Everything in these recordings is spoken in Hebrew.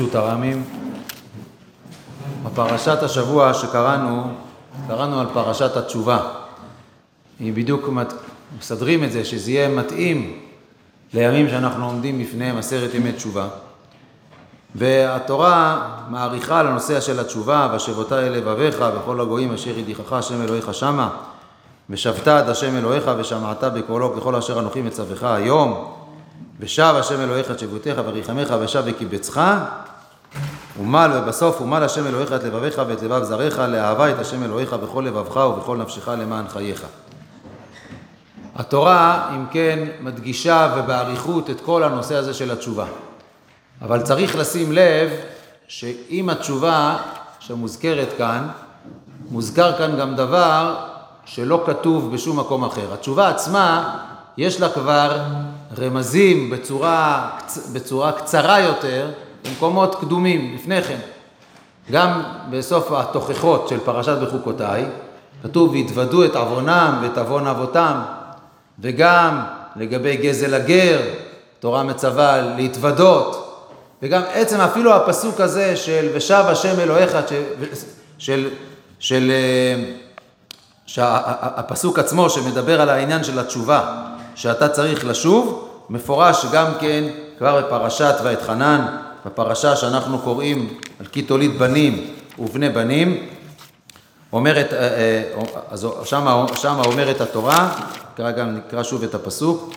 ברשות הרמים, בפרשת השבוע שקראנו על פרשת התשובה. היא בדיוק מסדרים את זה, שזה יהיה מתאים לימים שאנחנו עומדים בפניהם 10 ימי תשובה. והתורה מעריכה על הנושא של התשובה, ושבתה אל לבביך וכל הגויים אשר ידיחך השם אלוהיך שמה, ושבת עד השם אלוהיך ושמעת בקולו ככל אשר אנוכי מצווך היום, ושב השם אלוהיך את שבותיך וריחמך ושב וקיבצך, ובסוף ומל השם אלוהיך את לבביך ואת לבב זרעך לאהבה את השם אלוהיך בכל לבבך ובכל נפשך למען חייך. התורה אם כן מדגישה ובעריכות את כל הנושא הזה של התשובה. אבל צריך לשים לב שאם התשובה שמוזכרת כאן, מוזכר כאן גם דבר שלא כתוב בשום מקום אחר. התשובה עצמה יש לה כבר רמזים בצורה קצרה יותר במקומות קדומים לפני כן. גם בסוף התוכחות של פרשת בחוקותיי כתוב והתוודו את עוונם ואת עוון אבותם, וגם לגבי גזל הגר תורה מצווה להתוודות, וגם עצם אפילו הפסוק הזה של ושב השם אלוהיך הפסוק עצמו שמדבר על העניין של התשובה שאתה צריך לשוב, מפורש גם כן כבר בפרשת ואתחנן, בפרשה שאנחנו קוראים על כי תוליד בנים ובני בנים, שמה אומרת התורה, כרגע נקרא שוב את הפסוק,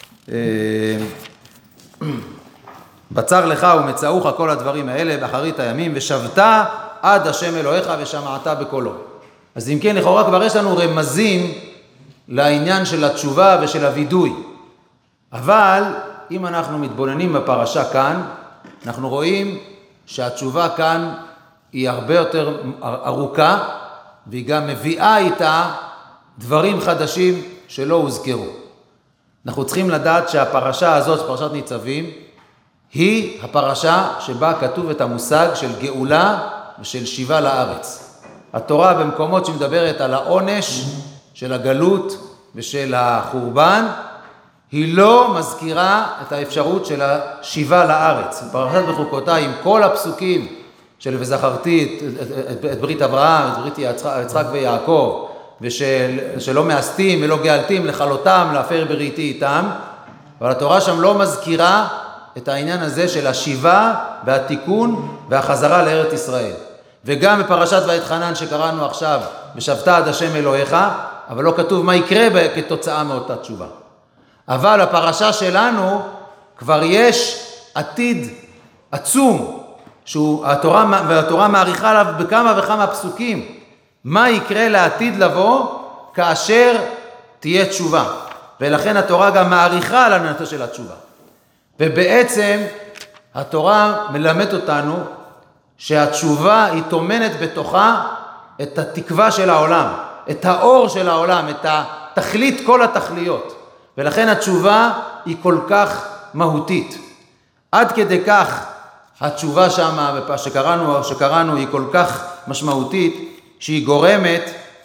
בצר לך ומצאוך כל הדברים האלה באחרית הימים, ושבת עד השם אלוהיך ושמעת בקולו. אז אם כן, לכאורה כבר יש לנו רמזים לעניין של התשובה ושל הוידוי. אבל אם אנחנו מתבוננים בפרשה כאן, אנחנו רואים שהתשובה כאן היא הרבה יותר ארוכה, והיא גם מביאה איתה דברים חדשים שלא הוזכרו. אנחנו צריכים לדעת שהפרשה הזאת, פרשת ניצבים, היא הפרשה שבה כתוב את המושג של גאולה ושל שיבה לארץ. התורה במקומות שמדברת על העונש של הגלות ושל החורבן, היא לא מזכירה את האפשרות של השיבה לארץ. פרשת בחוקותיי עם כל הפסוקים של וזכרתי את ברית אברהם, את ברית יצחק ויעקב, ושלא מאסתים ולא גאלתים לכלותם להפר בריתי איתם, אבל התורה שם לא מזכירה את העניין הזה של השיבה והתיקון והחזרה לארץ ישראל. וגם בפרשת ואתחנן שקראנו עכשיו, ושבת עד השם אלוהיך, אבל לא כתוב מה יקרה כתוצאה מאותה תשובה. אבל הפרשה שלנו כבר יש עתיד עצום, והתורה מעריכה עליו בכמה וכמה פסוקים, מה יקרה לעתיד לבוא כאשר תהיה תשובה. ולכן התורה גם מעריכה על הנושא של התשובה. ובעצם התורה מלמד אותנו שהתשובה היא טומנת בתוכה את התקווה של העולם, את האור של העולם, את התכלית כל התכליות. ולכן התשובה היא כל כך מהותית. עד כדי כך התשובה שמה שקראנו היא כל כך משמעותית, שהיא גורמת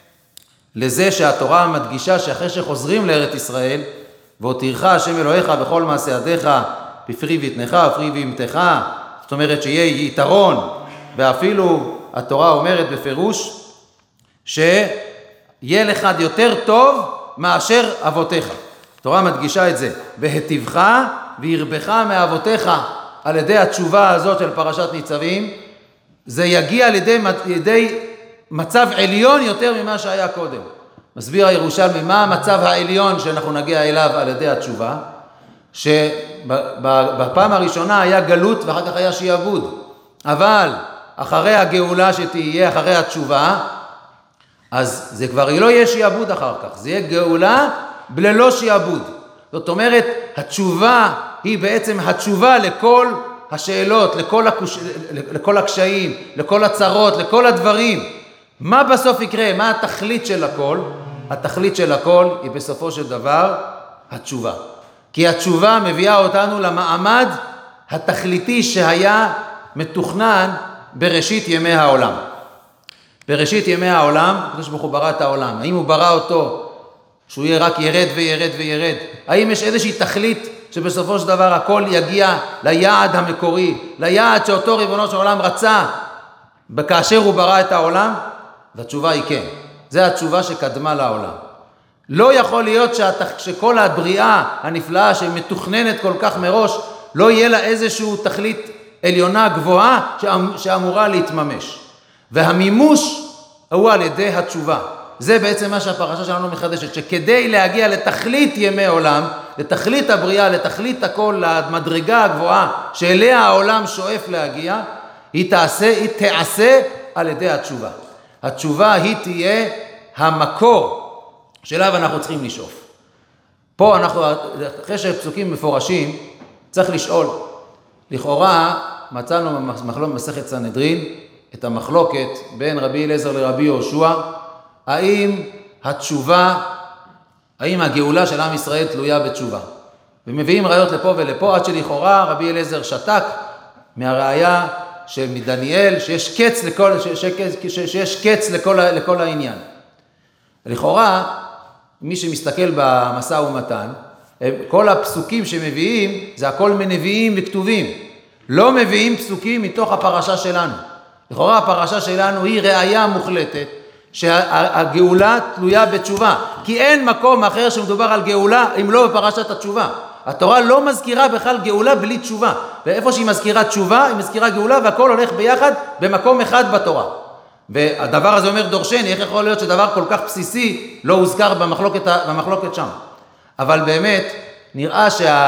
לזה שהתורה מדגישה שאחרי שחוזרים לארץ ישראל, והותירך השם אלוהיך בכל מעשה ידיך, בפרי בטנך ופרי באמתך, זאת אומרת שיהיה יתרון, ואפילו התורה אומרת בפירוש שיהיה לך יותר טוב מאשר אבותיך. התורה מדגישה את זה, והטיבך וירבך מאבותיך. על ידי התשובה הזאת של פרשת ניצבים, זה יגיע לידי מצב עליון יותר ממה שהיה קודם. מסביר הירושלמי מה המצב העליון שאנחנו נגיע אליו על ידי התשובה, שבפעם הראשונה היה גלות ואחר כך היה שיעבוד, אבל אחרי הגאולה שתהיה אחרי התשובה, אז זה כבר לא יהיה שיעבוד אחר כך, זה יהיה גאולה בללא שיעבוד. זאת אומרת, התשובה היא בעצם התשובה לכל השאלות, לכל הקשיים, לכל הצרות, לכל הדברים. מה בסוף יקרה? מה התכלית של הכל? התכלית של הכל היא בסופו של דבר התשובה. כי התשובה מביאה אותנו למעמד התכליתי שהיה מתוכנן בראשית ימי העולם. בראשית ימי העולם, הקדוש ברוך הוא ברא את העולם. האם הוא ברא אותו שהוא יהיה רק ירד וירד וירד? האם יש איזושהי תכלית שבסופו של דבר הכל יגיע ליעד המקורי, ליעד שאותו ריבונו של עולם רצה כאשר הוא ברא את העולם? והתשובה היא כן. זו התשובה שקדמה לעולם. לא יכול להיות שכל הבריאה הנפלאה שמתוכננת כל כך מראש, לא יהיה לה איזשהו תכלית עליונה גבוהה שאמורה להתממש. והמימוש הוא על ידי התשובה. זה בעצם מה שהפרשה שלנו מחדשת, שכדי להגיע לתכלית ימי עולם, לתכלית הבריאה, לתכלית הכל, למדרגה הגבוהה שאליה העולם שואף להגיע, היא תעשה על ידי התשובה. התשובה היא תהיה המקור שאליו אנחנו צריכים לשאוף. פה אנחנו, אחרי שפסוקים מפורשים, צריך לשאול. לכאורה מצאנו במסכת סנהדרין את המחלוקת בין רבי אליעזר לרבי יהושע, האם הגאולה של עם ישראל תלויה בתשובה. ומביאים ראיות לפה ולפה, עד שלכאורה רבי אליעזר שתק מהראיה מדניאל, שיש קץ לכל העניין. לכאורה, מי שמסתכל במשא ומתן, כל הפסוקים שמביאים, זה הכל מנביאים וכתובים. לא מביאים פסוקים מתוך הפרשה שלנו. לכאורה הפרשה שלנו היא ראיה מוחלטת, שהגאולה תלויה בתשובה. כי אין מקום אחר שמדובר על גאולה, אם לא בפרשת התשובה. התורה לא מזכירה בכלל גאולה בלי תשובה. ואיפה שהיא מזכירה תשובה, היא מזכירה גאולה, והכל הולך ביחד במקום אחד בתורה. והדבר הזה אומר דורשני, איך יכול להיות שדבר כל כך בסיסי לא הוזכר במחלוקת שם. אבל באמת נראה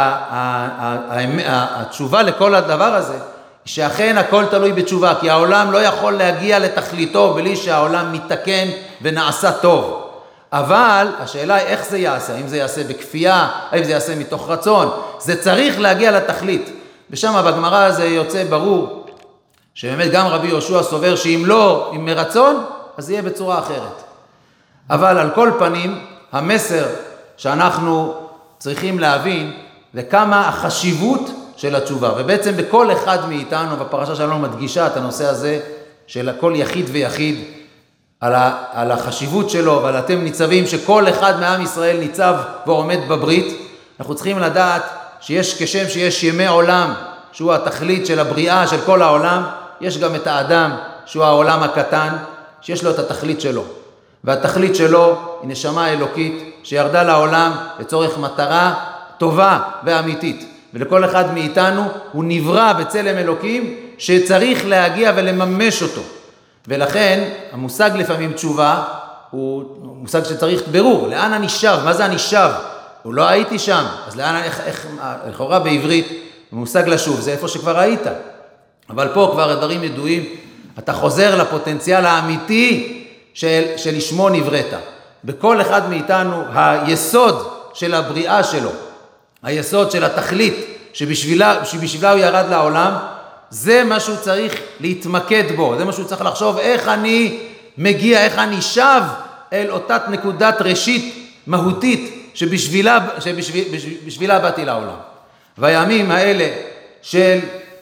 שהתשובה לכל הדבר הזה, שאכן הכל תלוי בתשובה, כי העולם לא יכול להגיע לתכליתו בלי שהעולם מתקן ונעשה טוב. אבל השאלה היא איך זה יעשה, האם זה יעשה בכפייה, האם זה יעשה מתוך רצון, זה צריך להגיע לתכלית. ושם בגמרא זה יוצא ברור, שבאמת גם רבי יהושע סובר שאם לא, אם מרצון, אז יהיה בצורה אחרת. אבל על כל פנים, המסר שאנחנו צריכים להבין, וכמה החשיבות של התשובה. ובעצם בכל אחד מאיתנו, בפרשה שלנו מדגישה את הנושא הזה, של כל יחיד ויחיד, על החשיבות שלו, ועל אתם ניצבים, שכל אחד מעם ישראל ניצב ועומד בברית. אנחנו צריכים לדעת שיש כשם שיש ימי עולם, שהוא התכלית של הבריאה של כל העולם, יש גם את האדם, שהוא העולם הקטן, שיש לו את התכלית שלו. והתכלית שלו היא נשמה אלוקית, שירדה לעולם לצורך מטרה טובה ואמיתית. ולכל אחד מאיתנו הוא נברא בצלם אלוקים, שצריך להגיע ולממש אותו. ולכן המושג לפעמים תשובה, הוא מושג שצריך ברור. לאן אני שב? מה זה אני שב? הוא לא הייתי שם. אז לאן, לכאורה בעברית, המושג לשוב, זה איפה שכבר היית. אבל פה כבר הדברים ידועים, אתה חוזר לפוטנציאל האמיתי שלשמו נבראת. בכל אחד מאיתנו, היסוד של הבריאה שלו, היסוד של התכלית שבשבילה הוא ירד לעולם, זה מה שהוא צריך להתמקד בו, זה מה שהוא צריך לחשוב, איך אני מגיע, איך אני שב אל אותה נקודת ראשית מהותית שבשבילה באתי לעולם. והימים האלה של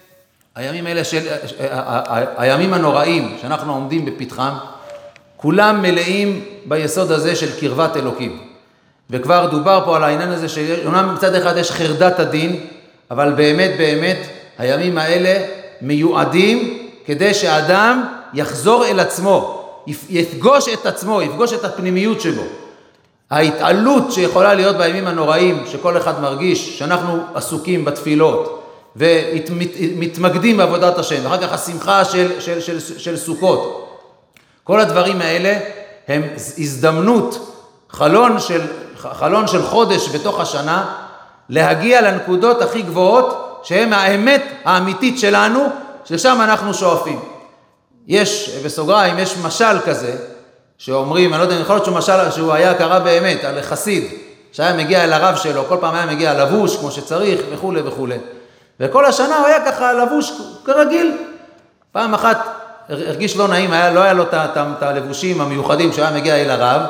הימים הנוראים שאנחנו עומדים בפתחם, כולם מלאים ביסוד הזה של קרבת אלוקים. וכבר דובר פה על העניין הזה שאומנם מצד אחד יש חרדת הדין, אבל באמת הימים האלה מיועדים כדי שאדם יחזור אל עצמו, יפגוש את עצמו, יפגוש את הפנימיות שבו. ההתעלות שיכולה להיות בימים הנוראים, שכל אחד מרגיש שאנחנו עסוקים בתפילות, ומתמקדים בעבודת השם, ואחר כך השמחה של סוכות. כל הדברים האלה הם הזדמנות, חלון של חודש בתוך השנה, להגיע לנקודות הכי גבוהות, שהן האמת האמיתית שלנו, ששם אנחנו שואפים. יש, בסוגריים, יש משל כזה, שאומרים, אני לא יודע, יכול להיות שהוא משל שהוא היה קרא באמת, על חסיד, שהיה מגיע אל הרב שלו, כל פעם היה מגיע לבוש כמו שצריך, וכו' וכו'. וכל השנה הוא היה ככה לבוש כרגיל. פעם אחת הרגיש לא נעים, לא היה לו את הלבושים המיוחדים שהיה מגיע אל הרב,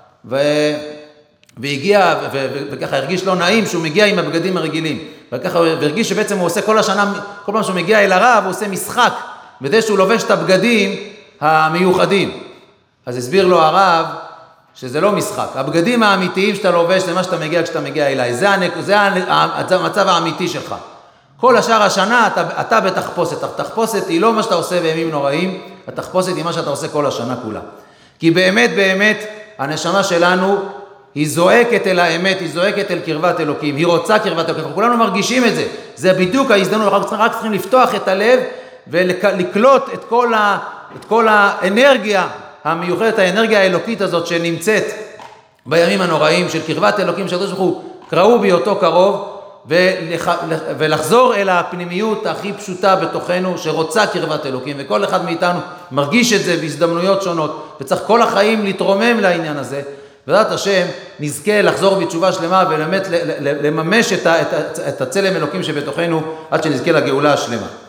והגיע, וככה הרגיש לא נעים שהוא מגיע עם הבגדים הרגילים. וככה הוא הרגיש שבעצם הוא עושה כל השנה, כל פעם שהוא מגיע אל הרב, הוא עושה משחק, בזה שהוא לובש את הבגדים המיוחדים. אז הסביר לו הרב, שזה לא משחק. הבגדים האמיתיים שאתה לובש, זה מה שאתה מגיע כשאתה מגיע אליי. זה המצב האמיתי שלך. כל השאר השנה אתה בתחפושת. התחפושת היא לא מה שאתה עושה בימים נוראים, התחפושת היא מה שאתה עושה כל השנה כולה. כי באמת, באמת, הנשמה שלנו היא זועקת אל האמת, היא זועקת אל קרבת אלוקים, היא רוצה קרבת אלוקים, כולנו מרגישים את זה. זה בדיוק ההזדמנות, רק צריכים לפתוח את הלב ולקלוט את כל האנרגיה המיוחדת, האנרגיה האלוקית הזאת שנמצאת בימים הנוראים של קרבת אלוקים, שהקדוש ברוך הוא קראו בהיותו קרוב, ולחזור אל הפנימיות הכי פשוטה בתוכנו שרוצה קרבת אלוקים, וכל אחד מאיתנו מרגיש את זה בהזדמנויות שונות, וצריך כל החיים להתרומם לעניין הזה, ובעזרת השם נזכה לחזור בתשובה שלמה ובאמת לממש את הצלם אלוקים שבתוכנו עד שנזכה לגאולה השלמה.